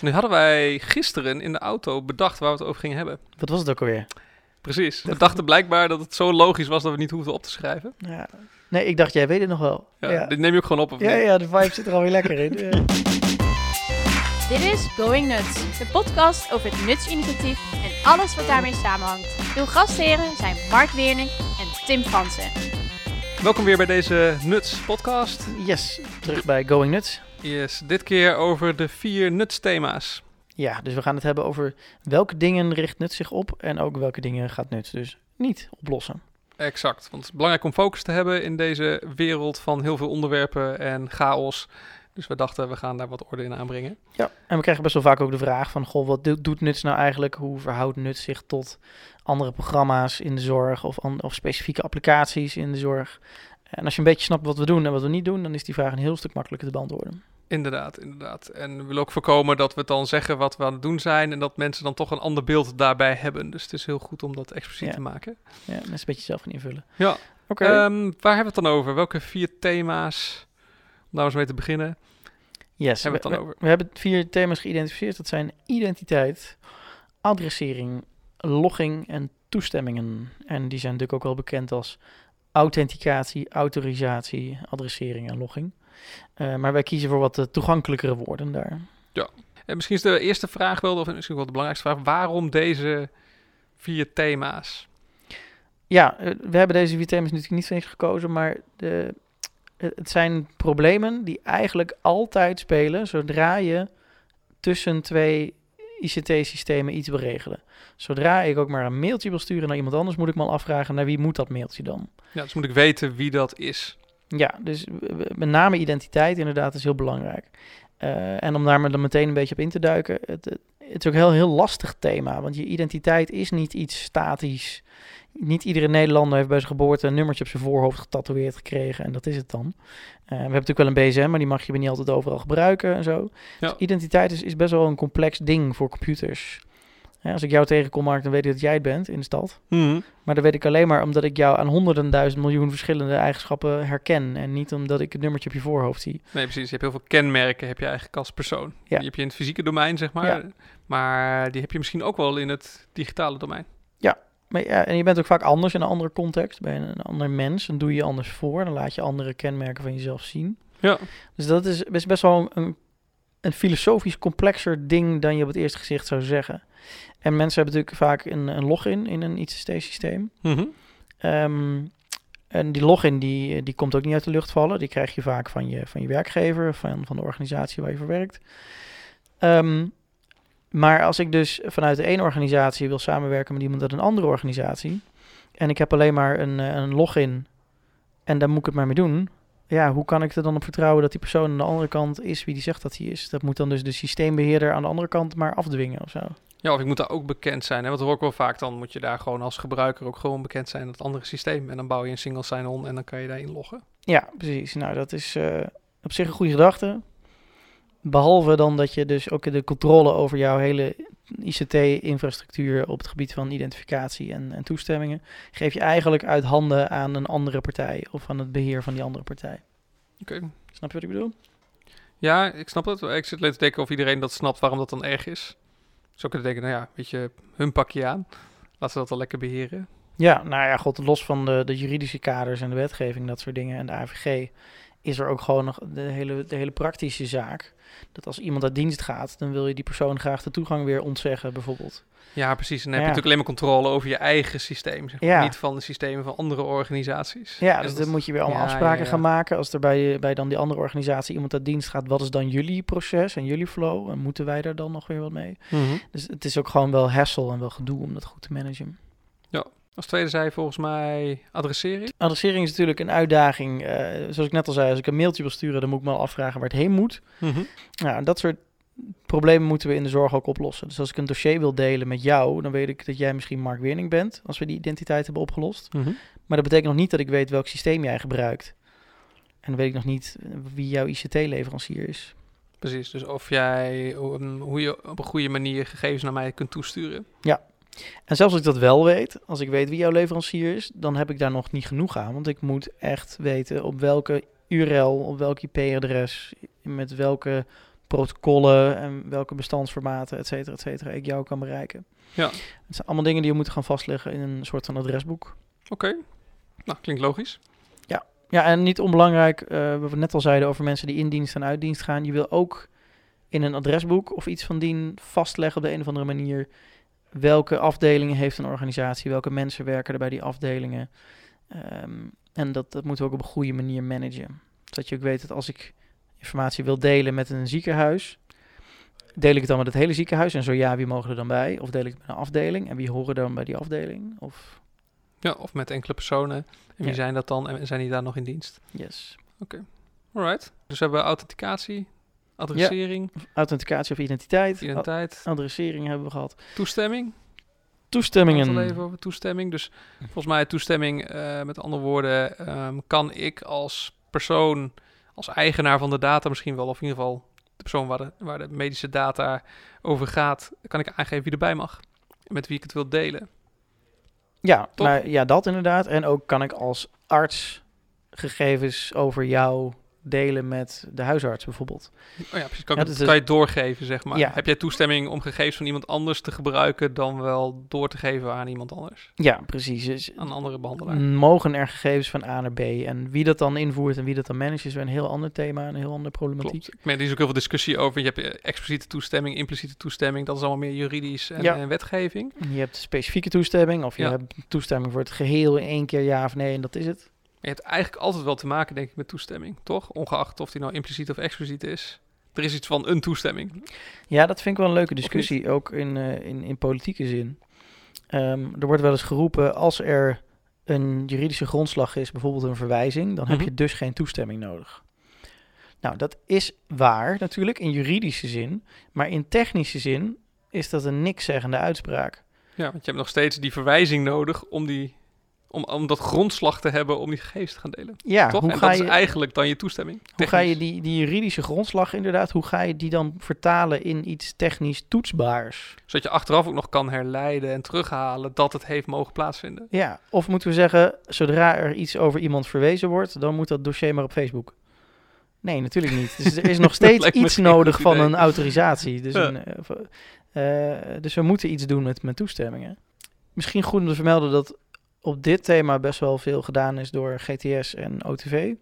Nu hadden wij gisteren in de auto bedacht waar we het over gingen hebben. Wat was het ook alweer? Precies. We dachten blijkbaar dat het zo logisch was dat we het niet hoefden op te schrijven. Ja. Nee, ik dacht, jij weet het nog wel. Ja. Dit neem je ook gewoon op, of niet? Ja, de vibe zit er alweer lekker in. Dit is Going Nuts, de podcast over het Nuts-initiatief en alles wat daarmee samenhangt. Uw gastheren zijn Mark Weerning en Tim Fransen. Welkom weer bij deze Nuts podcast. Yes, terug bij Going Nuts. Yes, dit keer over de 4 Nuts thema's. Ja, dus we gaan het hebben over welke dingen richt Nuts zich op en ook welke dingen gaat Nuts dus niet oplossen. Exact, want het is belangrijk om focus te hebben in deze wereld van heel veel onderwerpen en chaos. Dus we dachten, we gaan daar wat orde in aanbrengen. Ja, en we krijgen best wel vaak ook de vraag van, goh, wat doet Nuts nou eigenlijk? Hoe verhoudt Nuts zich tot andere programma's in de zorg of specifieke applicaties in de zorg? En als je een beetje snapt wat we doen en wat we niet doen, dan is die vraag een heel stuk makkelijker te beantwoorden. Inderdaad. En we willen ook voorkomen dat we het dan zeggen wat we aan het doen zijn en dat mensen dan toch een ander beeld daarbij hebben. Dus het is heel goed om dat expliciet te maken. Ja, mensen een beetje zelf gaan invullen. Ja. Oké. Waar hebben we het dan over? Welke 4 thema's? Om daar eens mee te beginnen. Yes, hebben we het dan over? We hebben 4 thema's geïdentificeerd. Dat zijn identiteit, adressering, logging en toestemmingen. En die zijn natuurlijk ook wel bekend als authenticatie, autorisatie, adressering en logging. Maar wij kiezen voor wat toegankelijkere woorden daar. Ja, en misschien is de eerste vraag wel, of misschien wel de belangrijkste vraag, waarom deze 4 thema's? Ja, we hebben deze 4 thema's natuurlijk niet voor niks gekozen, maar het zijn problemen die eigenlijk altijd spelen zodra je tussen 2 ICT-systemen iets wil regelen. Zodra ik ook maar een mailtje wil sturen naar iemand anders, moet ik me al afvragen naar wie moet dat mailtje dan? Ja, dus moet ik weten wie dat is. Ja, dus met name identiteit inderdaad is heel belangrijk. En om daar maar dan meteen een beetje op in te duiken, het is ook een heel lastig thema, want je identiteit is niet iets statisch. Niet iedere Nederlander heeft bij zijn geboorte een nummertje op zijn voorhoofd getatoeëerd gekregen en dat is het dan. We hebben natuurlijk wel een BSM, maar die mag je niet altijd overal gebruiken en zo. Ja. Dus identiteit is best wel een complex ding voor computers. Als ik jou tegenkom, Mark, dan weet ik dat jij het bent in de stad. Mm-hmm. Maar dat weet ik alleen maar omdat ik jou aan 100.000 miljoen verschillende eigenschappen herken. En niet omdat ik het nummertje op je voorhoofd zie. Nee, precies. Je hebt heel veel kenmerken, heb je eigenlijk als persoon. Ja. Die heb je in het fysieke domein, zeg maar. Ja. Maar die heb je misschien ook wel in het digitale domein. Maar ja, en je bent ook vaak anders in een andere context. Ben je een ander mens, dan doe je anders voor. Dan laat je andere kenmerken van jezelf zien. Ja. Dus dat is best wel een filosofisch complexer ding dan je op het eerste gezicht zou zeggen. En mensen hebben natuurlijk vaak een login in een ICT-systeem. Mm-hmm. En die login die komt ook niet uit de lucht vallen. Die krijg je vaak van je werkgever, van de organisatie waar je voor werkt. Maar als ik dus vanuit de ene organisatie wil samenwerken met iemand uit een andere organisatie, en ik heb alleen maar een login en daar moet ik het maar mee doen, ja, hoe kan ik er dan op vertrouwen dat die persoon aan de andere kant is wie die zegt dat hij is? Dat moet dan dus de systeembeheerder aan de andere kant maar afdwingen of zo. Ja, of ik moet daar ook bekend zijn. Hè? Want dat hoor ik wel vaak. Dan moet je daar gewoon als gebruiker ook gewoon bekend zijn met het andere systeem. En dan bouw je een single sign-on en dan kan je daarin loggen. Ja, precies. Nou, dat is op zich een goede gedachte. Behalve dan dat je dus ook de controle over jouw hele ICT-infrastructuur op het gebied van identificatie en toestemmingen geef je eigenlijk uit handen aan een andere partij of aan het beheer van die andere partij. Oké. Snap je wat ik bedoel? Ja, ik snap het. Ik zit alleen te denken of iedereen dat snapt waarom dat dan erg is. Zo kunnen denken, nou ja, weet je, hun pak je aan. Laten we dat wel lekker beheren. Ja, nou ja, god, los van de juridische kaders en de wetgeving, dat soort dingen en de AVG, is er ook gewoon nog de hele praktische zaak. Dat als iemand uit dienst gaat, dan wil je die persoon graag de toegang weer ontzeggen, bijvoorbeeld. Ja, precies. En dan heb je natuurlijk alleen maar controle over je eigen systeem. Zeg maar. Ja. Niet van de systemen van andere organisaties. Ja, En dus dat- dan moet je weer allemaal afspraken gaan maken. Als er bij dan die andere organisatie iemand uit dienst gaat, wat is dan jullie proces en jullie flow? En moeten wij daar dan nog weer wat mee? Mhm. Dus het is ook gewoon wel hassle en wel gedoe om dat goed te managen. Als tweede zei je volgens mij adressering. Adressering is natuurlijk een uitdaging. Zoals ik net al zei, als ik een mailtje wil sturen, dan moet ik me al afvragen waar het heen moet. Mhm. Nou, dat soort problemen moeten we in de zorg ook oplossen. Dus als ik een dossier wil delen met jou, dan weet ik dat jij misschien Mark Weerning bent, als we die identiteit hebben opgelost. Mhm. Maar dat betekent nog niet dat ik weet welk systeem jij gebruikt. En dan weet ik nog niet wie jouw ICT-leverancier is. Precies, dus of jij, hoe je op een goede manier gegevens naar mij kunt toesturen. En zelfs als ik dat wel weet, als ik weet wie jouw leverancier is, dan heb ik daar nog niet genoeg aan. Want ik moet echt weten op welke URL, op welk IP-adres, met welke protocollen en welke bestandsformaten, et cetera, ik jou kan bereiken. Ja. Het zijn allemaal dingen die je moet gaan vastleggen in een soort van adresboek. Oké. Nou, klinkt logisch. Ja, en niet onbelangrijk, wat we net al zeiden over mensen die in dienst en uit dienst gaan. Je wil ook in een adresboek of iets van dien vastleggen op de een of andere manier welke afdelingen heeft een organisatie, welke mensen werken er bij die afdelingen. En dat moeten we ook op een goede manier managen. Zodat je ook weet dat als ik informatie wil delen met een ziekenhuis, deel ik het dan met het hele ziekenhuis? En zo ja, wie mogen er dan bij? Of deel ik het met een afdeling? En wie horen dan bij die afdeling? Of met enkele personen. En wie zijn dat dan? En zijn die daar nog in dienst? Yes. Alright. Dus we hebben authenticatie, adressering. Authenticatie of identiteit. Identiteit. Adressering hebben we gehad. Toestemming. Toestemmingen. We hadden het al even over toestemming. Dus volgens mij toestemming, met andere woorden, kan ik als persoon, als eigenaar van de data misschien wel, of in ieder geval de persoon waar de medische data over gaat, kan ik aangeven wie erbij mag. Met wie ik het wil delen. Ja, Toch? maar ja, dat inderdaad. En ook kan ik als arts gegevens over jou delen met de huisarts bijvoorbeeld. Oh ja, precies. Ja, Kan je het doorgeven, zeg maar. Ja. Heb jij toestemming om gegevens van iemand anders te gebruiken dan wel door te geven aan iemand anders? Ja, precies. Dus Aan een andere behandelaar? mogen er gegevens van A naar B. En wie dat dan invoert en wie dat dan managt is weer een heel ander thema, een heel andere problematiek. Klopt. Er is ook heel veel discussie over. Je hebt expliciete toestemming, impliciete toestemming. Dat is allemaal meer juridisch en wetgeving. Je hebt specifieke toestemming of je Ja. hebt toestemming voor het geheel in 1 keer ja of nee en dat is het. Je hebt eigenlijk altijd wel te maken, denk ik, met toestemming, toch? Ongeacht of die nou impliciet of expliciet is. Er is iets van een toestemming. Ja, dat vind ik wel een leuke discussie, ook in politieke zin. Er wordt wel eens geroepen, als er een juridische grondslag is, bijvoorbeeld een verwijzing, dan heb je dus geen toestemming nodig. Nou, dat is waar natuurlijk in juridische zin, maar in technische zin is dat een nikszeggende uitspraak. Ja, want je hebt nog steeds die verwijzing nodig om dat grondslag te hebben om die gegevens te gaan delen. Ja, toch? En dat is eigenlijk dan je toestemming. Hoe ga je die juridische grondslag inderdaad, hoe ga je die dan vertalen in iets technisch toetsbaars? Zodat je achteraf ook nog kan herleiden en terughalen dat het heeft mogen plaatsvinden. Ja, of moeten we zeggen, zodra er iets over iemand verwezen wordt, dan moet dat dossier maar op Facebook. Nee, natuurlijk niet. Dus er is nog steeds iets nodig van een autorisatie. Dus, dus we moeten iets doen met toestemmingen. Misschien goed om te vermelden dat op dit thema best wel veel gedaan is door GTS en OTV.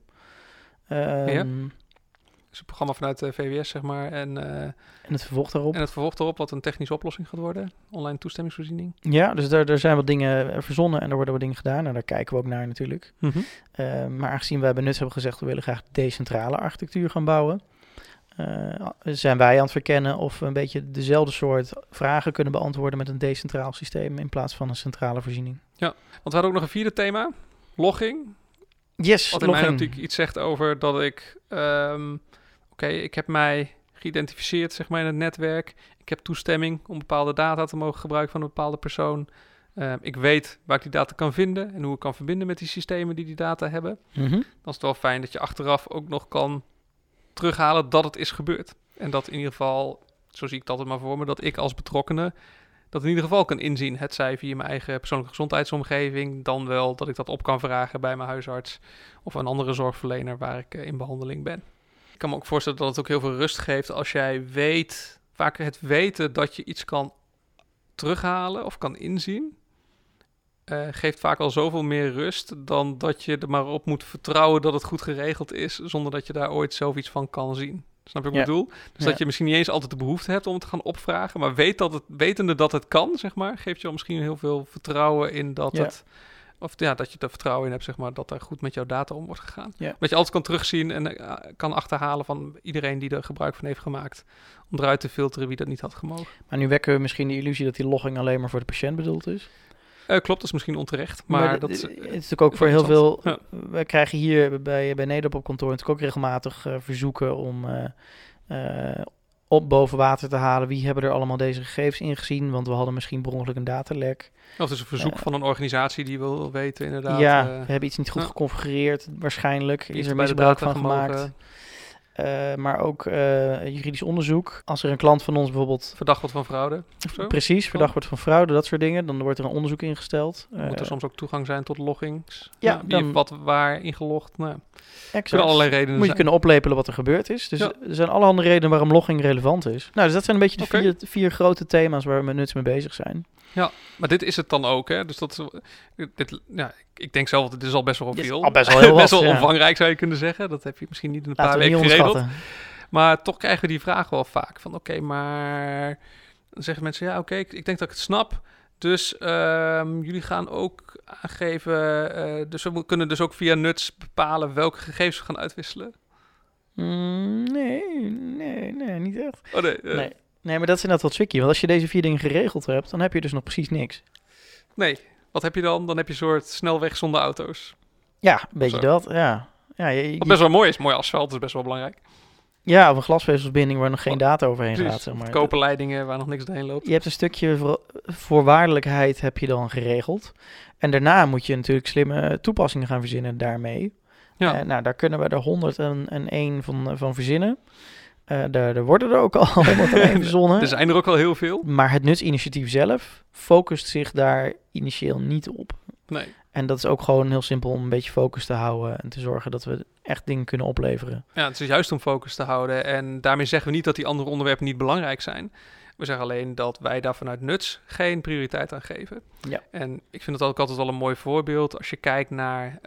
Dus een programma vanuit de VWS, zeg maar. En het vervolg daarop. En het vervolg daarop, wat een technische oplossing gaat worden. Online toestemmingsvoorziening. Ja, dus daar zijn wat dingen verzonnen en er worden wat dingen gedaan. En daar kijken we ook naar natuurlijk. Maar aangezien wij bij NUTS hebben gezegd, we willen graag decentrale architectuur gaan bouwen. Zijn wij aan het verkennen of we een beetje dezelfde soort vragen kunnen beantwoorden met een decentraal systeem in plaats van een centrale voorziening. Ja, want we hadden ook nog een vierde thema. Logging. Yes, wat in mijn optiek iets zegt over dat ik... ik heb mij geïdentificeerd, zeg maar, in het netwerk. Ik heb toestemming om bepaalde data te mogen gebruiken van een bepaalde persoon. Ik weet waar ik die data kan vinden en hoe ik kan verbinden met die systemen die data hebben. Dan is het wel fijn dat je achteraf ook nog kan terughalen dat het is gebeurd. En dat in ieder geval, zo zie ik dat het maar voor me, dat ik als betrokkene dat in ieder geval kan inzien. Het zij via mijn eigen persoonlijke gezondheidsomgeving, dan wel dat ik dat op kan vragen bij mijn huisarts of een andere zorgverlener waar ik in behandeling ben. Ik kan me ook voorstellen dat het ook heel veel rust geeft als jij weet, vaak het weten dat je iets kan terughalen of kan inzien, geeft vaak al zoveel meer rust dan dat je er maar op moet vertrouwen dat het goed geregeld is, zonder dat je daar ooit zelf iets van kan zien. Snap je wat ik bedoel? Dus dat je misschien niet eens altijd de behoefte hebt om het te gaan opvragen, maar wetende dat het kan, zeg maar, geeft je al misschien heel veel vertrouwen in dat het... Of ja, dat je er vertrouwen in hebt, zeg maar, dat er goed met jouw data om wordt gegaan. Ja. Dat je altijd kan terugzien en kan achterhalen van iedereen die er gebruik van heeft gemaakt, om eruit te filteren wie dat niet had gemogen. Maar nu wekken we misschien de illusie dat die logging alleen maar voor de patiënt bedoeld is. Klopt, dat is misschien onterecht. Maar dat is natuurlijk ook voor heel veel... Ja. We krijgen hier bij Nederop op kantoor natuurlijk ook regelmatig verzoeken om op boven water te halen. Wie hebben er allemaal deze gegevens ingezien? Want we hadden misschien per ongeluk een datalek. Of dus een verzoek van een organisatie die wil weten inderdaad. Ja, we hebben iets niet goed geconfigureerd waarschijnlijk. Is er misbruik van gemaakt. maar ook juridisch onderzoek. Als er een klant van ons bijvoorbeeld... Verdacht wordt van fraude of zo? Precies, verdacht wordt van fraude, dat soort dingen. Dan wordt er een onderzoek ingesteld. Moet er soms ook toegang zijn tot loggings? Ja, Wie dan- heeft wat waar ingelogd? Nou, er Exact. kunnen allerlei redenen Moet je zijn. kunnen oplepelen wat er gebeurd is. Dus Ja. er zijn allerhande redenen waarom logging relevant is. Nou, dus dat zijn een beetje de Oké. vier grote thema's waar we met Nuts mee bezig zijn. Maar dit is het dan ook, hè? Dus ik denk zelf dat dit is al best wel Dit is veel. al best wel heel best wat, wel ja. omvangrijk zou je kunnen zeggen. Dat heb je misschien niet in een paar Laten we weken niet geregeld. onderschatten. Maar toch krijgen we die vraag wel vaak. Van oké, maar... Dan zeggen mensen, ja oké, ik denk dat ik het snap. Dus jullie gaan ook aangeven... dus we kunnen dus ook via Nuts bepalen welke gegevens we gaan uitwisselen. Nee, niet echt. Oh nee. Nee, maar dat is inderdaad wel tricky. Want als je deze 4 dingen geregeld hebt, dan heb je dus nog precies niks. Nee. Wat heb je dan? Dan heb je een soort snelweg zonder auto's. Ja, een beetje Zo. dat, ja. Wat best wel mooi is. Mooi asfalt is best wel belangrijk. Ja, of een glasvezelsbinding waar nog geen data overheen Precies. gaat, zeg maar. Koperleidingen waar nog niks doorheen loopt. Je hebt een stukje voorwaardelijkheid heb je dan geregeld. En daarna moet je natuurlijk slimme toepassingen gaan verzinnen daarmee. Ja. Nou, daar kunnen we er 101 van verzinnen. Daar worden er ook al 101 verzonnen. Er zijn er ook al heel veel. Maar het Nuts-initiatief zelf focust zich daar initieel niet op. Nee. En dat is ook gewoon heel simpel om een beetje focus te houden en te zorgen dat we echt dingen kunnen opleveren. Ja, het is juist om focus te houden. En daarmee zeggen we niet dat die andere onderwerpen niet belangrijk zijn. We zeggen alleen dat wij daar vanuit Nuts geen prioriteit aan geven. Ja. En ik vind het ook altijd wel een mooi voorbeeld. Als je kijkt naar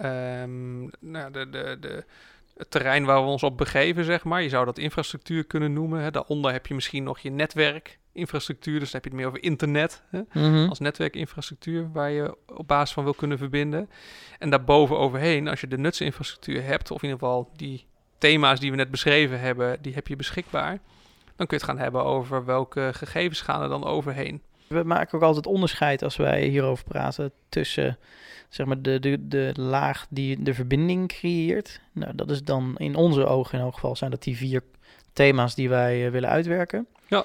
het terrein waar we ons op begeven, zeg maar. Je zou dat infrastructuur kunnen noemen. Hè. Daaronder heb je misschien nog je netwerkinfrastructuur. Dus dan heb je het meer over internet. Hè. Als netwerkinfrastructuur waar je op basis van wil kunnen verbinden. En daarboven overheen, als je de Nuts-infrastructuur hebt, of in ieder geval die thema's die we net beschreven hebben, die heb je beschikbaar. Dan kun je het gaan hebben over welke gegevens gaan er dan overheen. We maken ook altijd onderscheid als wij hierover praten tussen zeg maar de laag die de verbinding creëert. Nou, dat is dan in onze ogen in elk geval zijn dat die 4 thema's die wij willen uitwerken. Ja.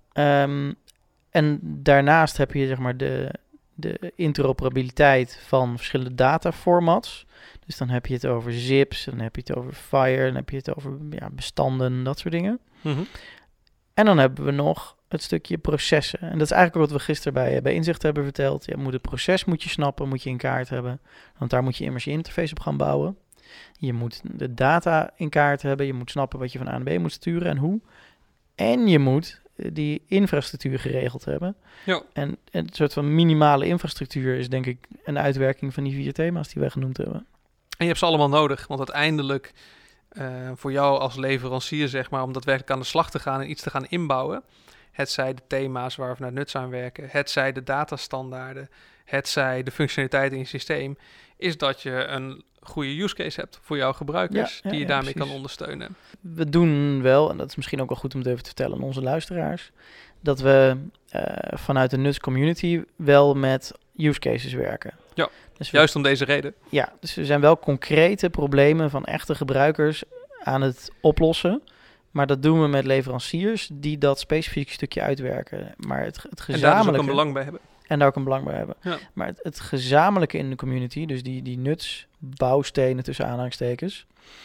En daarnaast heb je zeg maar de interoperabiliteit van verschillende dataformats. Dus dan heb je het over zips, dan heb je het over Fire, dan heb je het over bestanden, dat soort dingen. Mm-hmm. En dan hebben we nog het stukje processen. En dat is eigenlijk ook wat we gisteren bij Inzicht hebben verteld. Je moet het proces snappen, moet je in kaart hebben. Want daar moet je immers je interface op gaan bouwen. Je moet de data in kaart hebben. Je moet snappen wat je van A naar B moet sturen en hoe. En je moet die infrastructuur geregeld hebben. Ja. En een soort van minimale infrastructuur is denk ik een uitwerking van die 4 thema's die wij genoemd hebben. En je hebt ze allemaal nodig, want uiteindelijk voor jou als leverancier, zeg maar, om daadwerkelijk aan de slag te gaan en iets te gaan inbouwen. Hetzij de thema's waar we vanuit Nuts aan werken, hetzij de datastandaarden, hetzij de functionaliteit in je systeem, is dat je een goede use case hebt voor jouw gebruikers, die je daarmee precies. kan ondersteunen. We doen wel, en dat is misschien ook wel goed om het even te vertellen aan onze luisteraars, dat we vanuit de Nuts community wel met use cases werken. Ja, dus juist om deze reden. Ja, dus er zijn wel concrete problemen van echte gebruikers aan het oplossen. Maar dat doen we met leveranciers die dat specifieke stukje uitwerken. Maar het gezamenlijke... En daar dus ook een belang bij hebben. En daar ook een belang bij hebben. Ja. Maar het gezamenlijke in de community, dus die Nuts bouwstenen tussen aanhalingstekens,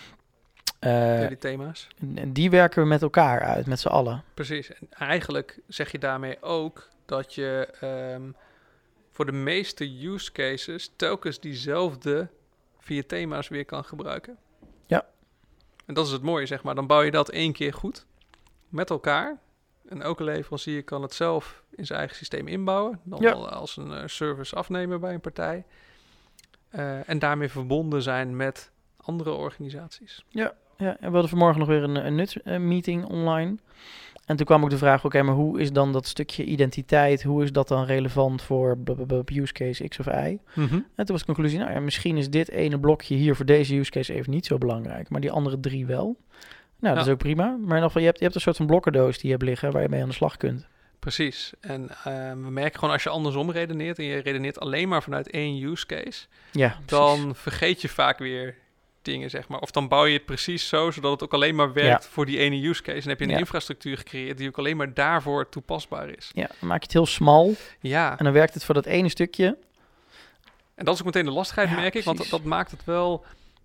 Die thema's. en die werken we met elkaar uit, met z'n allen. Precies. En eigenlijk zeg je daarmee ook dat je voor de meeste use cases telkens diezelfde 4 thema's weer kan gebruiken. Ja. En dat is het mooie, zeg maar. Dan bouw je dat 1 keer goed met elkaar. En elke leverancier kan het zelf in zijn eigen systeem inbouwen. Dan wel als een service afnemen bij een partij. En daarmee verbonden zijn met andere organisaties. Ja, en we hadden vanmorgen nog weer een Nuts-meeting online. En toen kwam ook de vraag, oké, maar hoe is dan dat stukje identiteit, hoe is dat dan relevant voor use case X of Y? Mm-hmm. En toen was de conclusie, nou ja, misschien is dit ene blokje hier voor deze use case even niet zo belangrijk, maar die andere 3 wel. Nou, dat is ook prima. Maar in ieder geval, je hebt een soort van blokkendoos die je hebt liggen waar je mee aan de slag kunt. Precies. En we merken gewoon als je andersom redeneert en je redeneert alleen maar vanuit 1 use case, dan vergeet je vaak weer dingen, zeg maar. Of dan bouw je het precies zo, zodat het ook alleen maar werkt voor die ene use case. En heb je een infrastructuur gecreëerd die ook alleen maar daarvoor toepasbaar is. Ja, dan maak je het heel smal. Ja. En dan werkt het voor dat ene stukje. En dat is ook meteen de lastigheid, merk ik. Want dat maakt het wel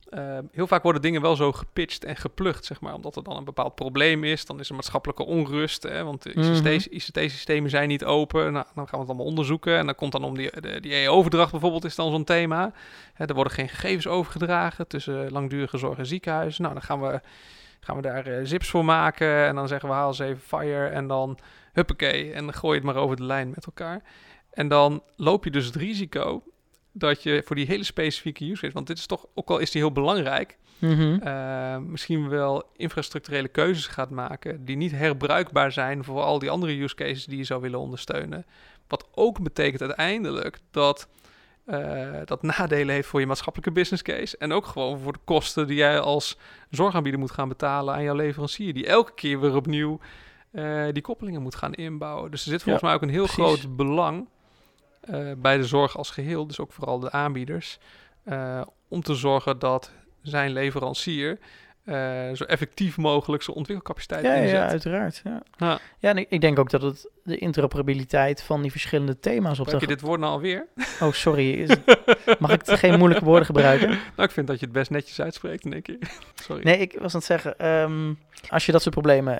heel vaak worden dingen wel zo gepitcht en geplucht, zeg maar. Omdat er dan een bepaald probleem is. Dan is er maatschappelijke onrust. Hè, want de ICT-systemen zijn niet open. Nou, dan gaan we het allemaal onderzoeken. En dan komt dan om die EO-overdracht bijvoorbeeld is dan zo'n thema. Hè, er worden geen gegevens overgedragen tussen langdurige zorg en ziekenhuizen. Nou, dan gaan we daar zips voor maken. En dan zeggen we haal eens even fire. En dan huppakee. En dan gooi je het maar over de lijn met elkaar. En dan loop je dus het risico dat je voor die hele specifieke use case, want dit is toch, ook al is die heel belangrijk, misschien wel infrastructurele keuzes gaat maken die niet herbruikbaar zijn voor al die andere use cases die je zou willen ondersteunen. Wat ook betekent uiteindelijk dat dat nadelen heeft voor je maatschappelijke business case en ook gewoon voor de kosten die jij als zorgaanbieder moet gaan betalen aan jouw leverancier, die elke keer weer opnieuw die koppelingen moet gaan inbouwen. Dus er zit volgens mij ook een heel groot belang bij de zorg als geheel, dus ook vooral de aanbieders, om te zorgen dat zijn leverancier zo effectief mogelijk zijn ontwikkelcapaciteit inzet. Ja, uiteraard. Ja, en ik denk ook dat het de interoperabiliteit van die verschillende thema's op Heb je dit woord nou alweer? Oh, sorry. Mag ik geen moeilijke woorden gebruiken? Nou, ik vind dat je het best netjes uitspreekt in één keer. Sorry. Nee, ik was aan het zeggen, als je dat soort problemen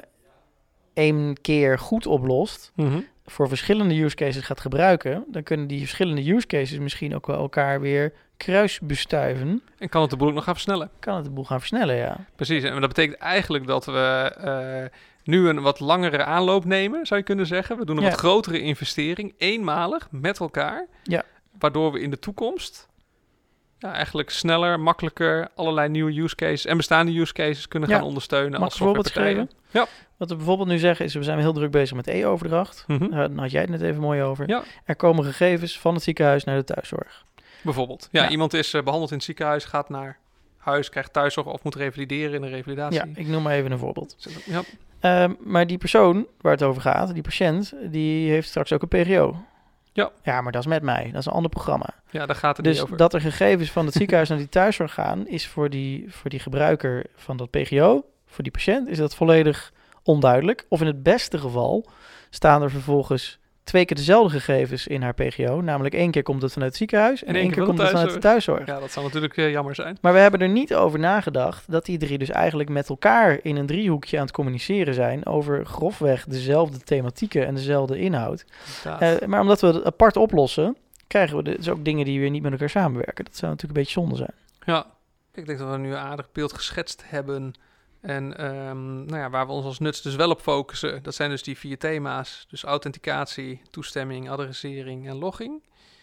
1 keer goed oplost, voor verschillende use cases gaat gebruiken, dan kunnen die verschillende use cases misschien ook wel elkaar weer kruisbestuiven. En kan het de boel ook nog gaan versnellen? Kan het de boel gaan versnellen, ja. Precies, en dat betekent eigenlijk dat we nu een wat langere aanloop nemen, zou je kunnen zeggen. We doen een wat grotere investering, eenmalig, met elkaar. Ja. Waardoor we in de toekomst eigenlijk sneller, makkelijker allerlei nieuwe use cases en bestaande use cases kunnen gaan ondersteunen als softwarepartijen. Ja. Wat we bijvoorbeeld nu zeggen is, we zijn heel druk bezig met e-overdracht. Daar had jij het net even mooi over. Ja. Er komen gegevens van het ziekenhuis naar de thuiszorg. Bijvoorbeeld. Ja, iemand is behandeld in het ziekenhuis, gaat naar huis, krijgt thuiszorg of moet revalideren in een revalidatie. Ja, ik noem maar even een voorbeeld. Ja. Maar die persoon waar het over gaat, die patiënt, die heeft straks ook een PGO. Ja, maar dat is met mij. Dat is een ander programma. Ja, daar gaat het dus niet over. Dat er gegevens van het ziekenhuis naar die thuiszorg gaan, is voor die gebruiker van dat PGO, voor die patiënt, is dat volledig onduidelijk. Of in het beste geval staan er vervolgens 2 keer dezelfde gegevens in haar PGO. Namelijk 1 keer komt het vanuit het ziekenhuis en 1 keer komt het vanuit de thuiszorg. Ja, dat zou natuurlijk jammer zijn. Maar we hebben er niet over nagedacht dat die 3 dus eigenlijk met elkaar in een driehoekje aan het communiceren zijn over grofweg dezelfde thematieken en dezelfde inhoud. Maar omdat we het apart oplossen, krijgen we dus ook dingen die weer niet met elkaar samenwerken. Dat zou natuurlijk een beetje zonde zijn. Ja, ik denk dat we nu een aardig beeld geschetst hebben. En waar we ons als nuts dus wel op focussen, dat zijn dus die 4 thema's. Dus authenticatie, toestemming, adressering en logging.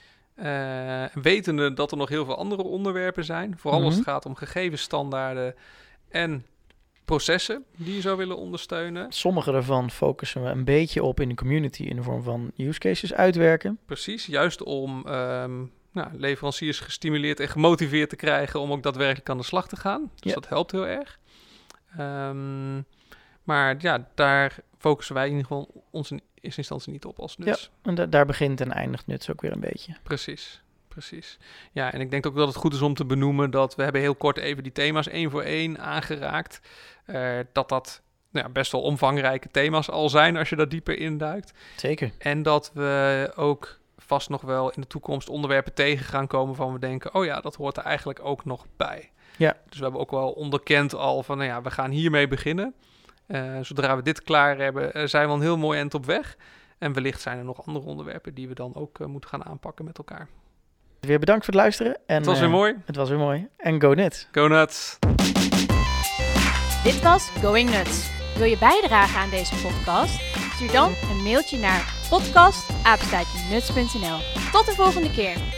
Wetende dat er nog heel veel andere onderwerpen zijn. Vooral als het gaat om gegevensstandaarden en processen die je zou willen ondersteunen. Sommige daarvan focussen we een beetje op in de community in de vorm van use cases uitwerken. Precies, juist om leveranciers gestimuleerd en gemotiveerd te krijgen om ook daadwerkelijk aan de slag te gaan. Dus dat helpt heel erg. Maar ja, daar focussen wij in ieder geval ons in eerste instantie niet op als nuts. Ja, en daar begint en eindigt nuts ook weer een beetje. Precies. Ja, en ik denk ook dat het goed is om te benoemen dat we hebben heel kort even die thema's 1 voor 1 aangeraakt. Dat best wel omvangrijke thema's al zijn als je daar dieper induikt. Zeker. En dat we ook vast nog wel in de toekomst onderwerpen tegen gaan komen van we denken, oh ja, dat hoort er eigenlijk ook nog bij. Ja. Dus we hebben ook wel onderkend al van, we gaan hiermee beginnen. Zodra we dit klaar hebben, zijn we een heel mooi eind op weg. En wellicht zijn er nog andere onderwerpen die we dan ook moeten gaan aanpakken met elkaar. Weer bedankt voor het luisteren. En, het was weer mooi. Het was weer mooi. En go nuts. Go nuts. Dit was Going Nuts. Wil je bijdragen aan deze podcast? Stuur dan een mailtje naar podcast@nuts.nl. Tot de volgende keer.